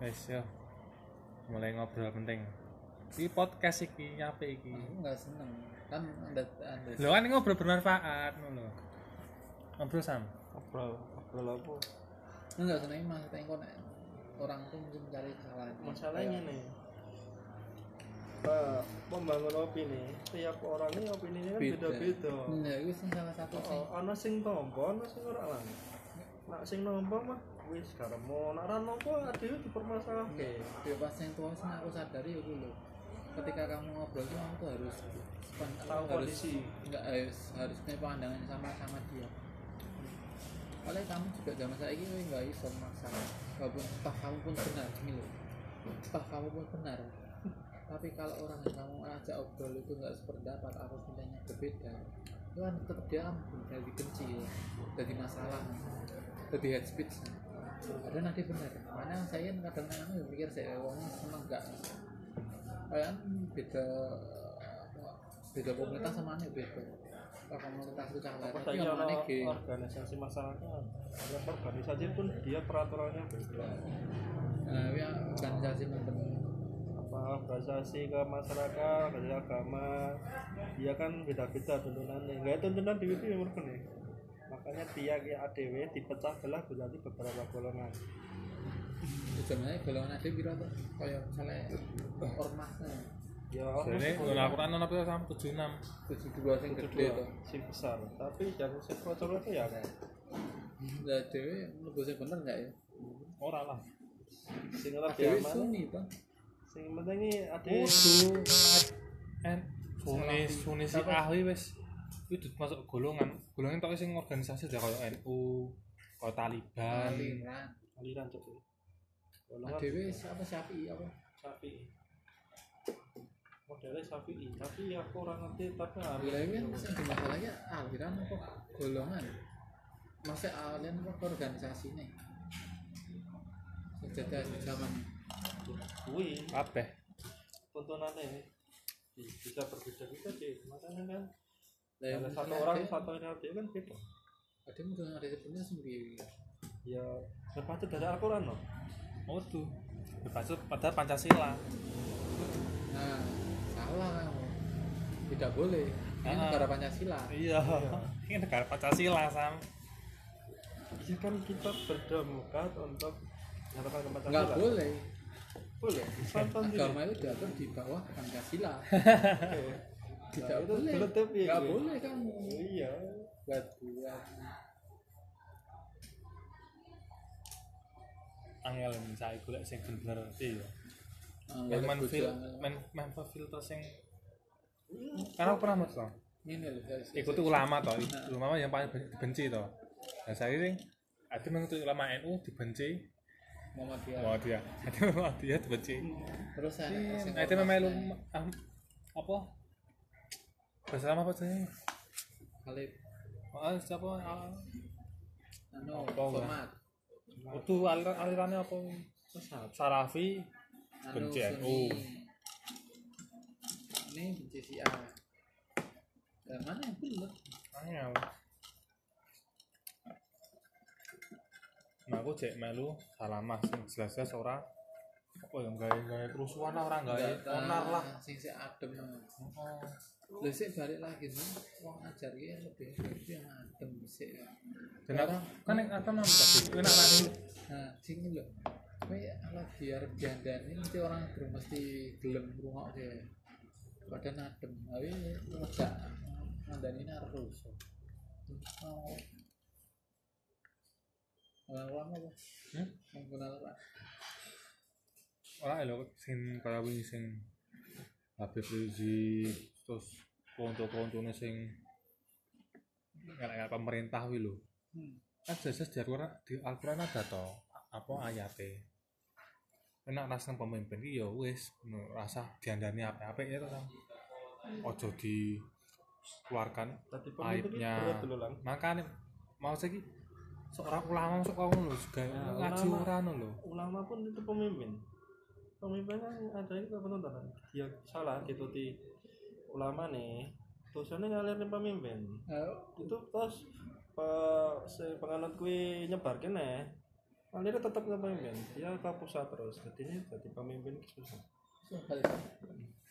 Wes yo. Mulai ngobrol penting. Iki podcast iki apik iki. Aku enggak seneng. Kan anda Lho kan ngobrol bermanfaat ngono. Ngobrol Sam. Ngobrol apa? enggak seneng maksudnya kok nek orang tuh mungkin mencari kesalahan. Masalahnya nih, membangun opini, tiap orang ini opininya kan beda-beda. Nah, itu salah satu sih. Ana sing tompo, ana sing ora lan. Nak sing nompo mah wis karemo, nak ora nompo dhewe dipermasalahke. Ya pas yang tua sih aku sadari itu loh. Ketika kamu ngobrol itu kamu tuh harus Tahu kondisi. Enggak harus punya pandangan sama dia. Kalau kamu juga zaman saya ini nggak iso masalah, walaupun toh kamu pun benar, gini loh, toh kamu pun benar. Tapi kalau orang yang kamu ajak obrol itu nggak sependapat atau nilainya berbeda, itu kan tetap dia jadi benci, ya. Jadi masalah, jadi head speech. Ada nanti benar. Mana saya kadang-kadang mikir saya uangnya seneng nggak, kan beda komunitas sama nih beda. Komunitas itu cahaya Tapi organisasi masyarakat, ada organisasi pun dia peraturannya beda. Nah, ya organisasi Organisasi ke masyarakat, organisasi agama, dia kan beda-beda tuntunannya. Nggak tuntunan di itu yang nih. Makanya dia kayak ADW dipecah belah menjadi beberapa golongan. Sebenarnya golongan ADW kira tuh kayak misalnya ormasnya. Ya, Jadi Al-Qur'an ono apa sama 76. 72 sing gede to. Sing besar, tapi yang sing kocok itu ya kan. Lah dhewe mlebu sing bener enggak ya? Ora lah. Sing ora Dhewe diaman. Sunni to. Sing penting ada Sunni si ahli wis itu masuk golongan tok sing organisasi dah koyo NU, koyo Taliban. aliran cok. Dhewe apa Syafi'i apa? Syafi'i. Modelnya Syafi'i, tapi aku orang ngerti tapi Aliran sing masalahnya aliran apa golongan? Masa aliran apa organisasi nih? Sejak zaman kuwi Kabeh. tuntunannya bisa berbeda-beda sih, makanya kan Lah, ada satu orang satu energi kan beda. ada mungkin ada sebenarnya sendiri. Ya berpacu dari Al-Quran loh. Oh tuh. Berpacu pada Pancasila. Nah, salah kamu. Tidak boleh. Ini negara Pancasila. Iya. Ini negara Pancasila Sam. Iya kan kita berdemokrat untuk menyatakan Pancasila. Enggak boleh. Boleh. Agama itu diatur di bawah Pancasila. Tidak Itu boleh. tapi Enggak boleh kamu. Iya. Buat Angel misalnya golek sing bener iki ya. Men filter sing karena aku pernah maca. ini loh guys. Ikuti ulama toh, ulama yang paling dibenci toh. Nah saya sing ada mengikuti ulama NU dibenci Muhammadiyah. Ada Muhammadiyah dibenci. Terus Nah itu memelu apa? Bahasa lama apa sih? Khalif Siapa? Format Itu alirannya apa? Salafi benci NU. Ini benci si A. Dan mana yang benar? Angel. Nah aku cek melu salamah sing jelas-jelas ora apa yang gawe kerusuhan lah orang gawe onar lah. Sing adem. Lha sik balik lagi nih, wong ajar iki lebih yang adem sik. Dan aku kan nek atam nang tadi enak lah nih. Nah, sing lho. Kowe ala biar diandani mesti orang belum mesti gelem ngrungok deh. Badan adem. Awi ngejak ngandani harus. Oh. Orang apa? Menggunakan apa? Ora lho sing kaya wingi sing Habib Rizik terus konco-koncone sing kayak pemerintah wi lho. Kan jelas di Al-Qur'an ada to apa ayate. Enak rasa pemimpin iki ya wis rasa diandani apik-apik ya to. Ojo dikeluarkan aibnya. Makanya mau saiki seorang ulama masuk kau lho juga ngaji ora lho. Ulama pun itu pemimpin. Pemimpinnya ada itu penonton. Dia salah dituti ulama nih. Tujuannya ngalirin pemimpin. Itu terus penganut kui nyebar kene Alirnya tetap pemimpin, dia ke pusat terus, jadi ini jadi pemimpin susah. Susah kali.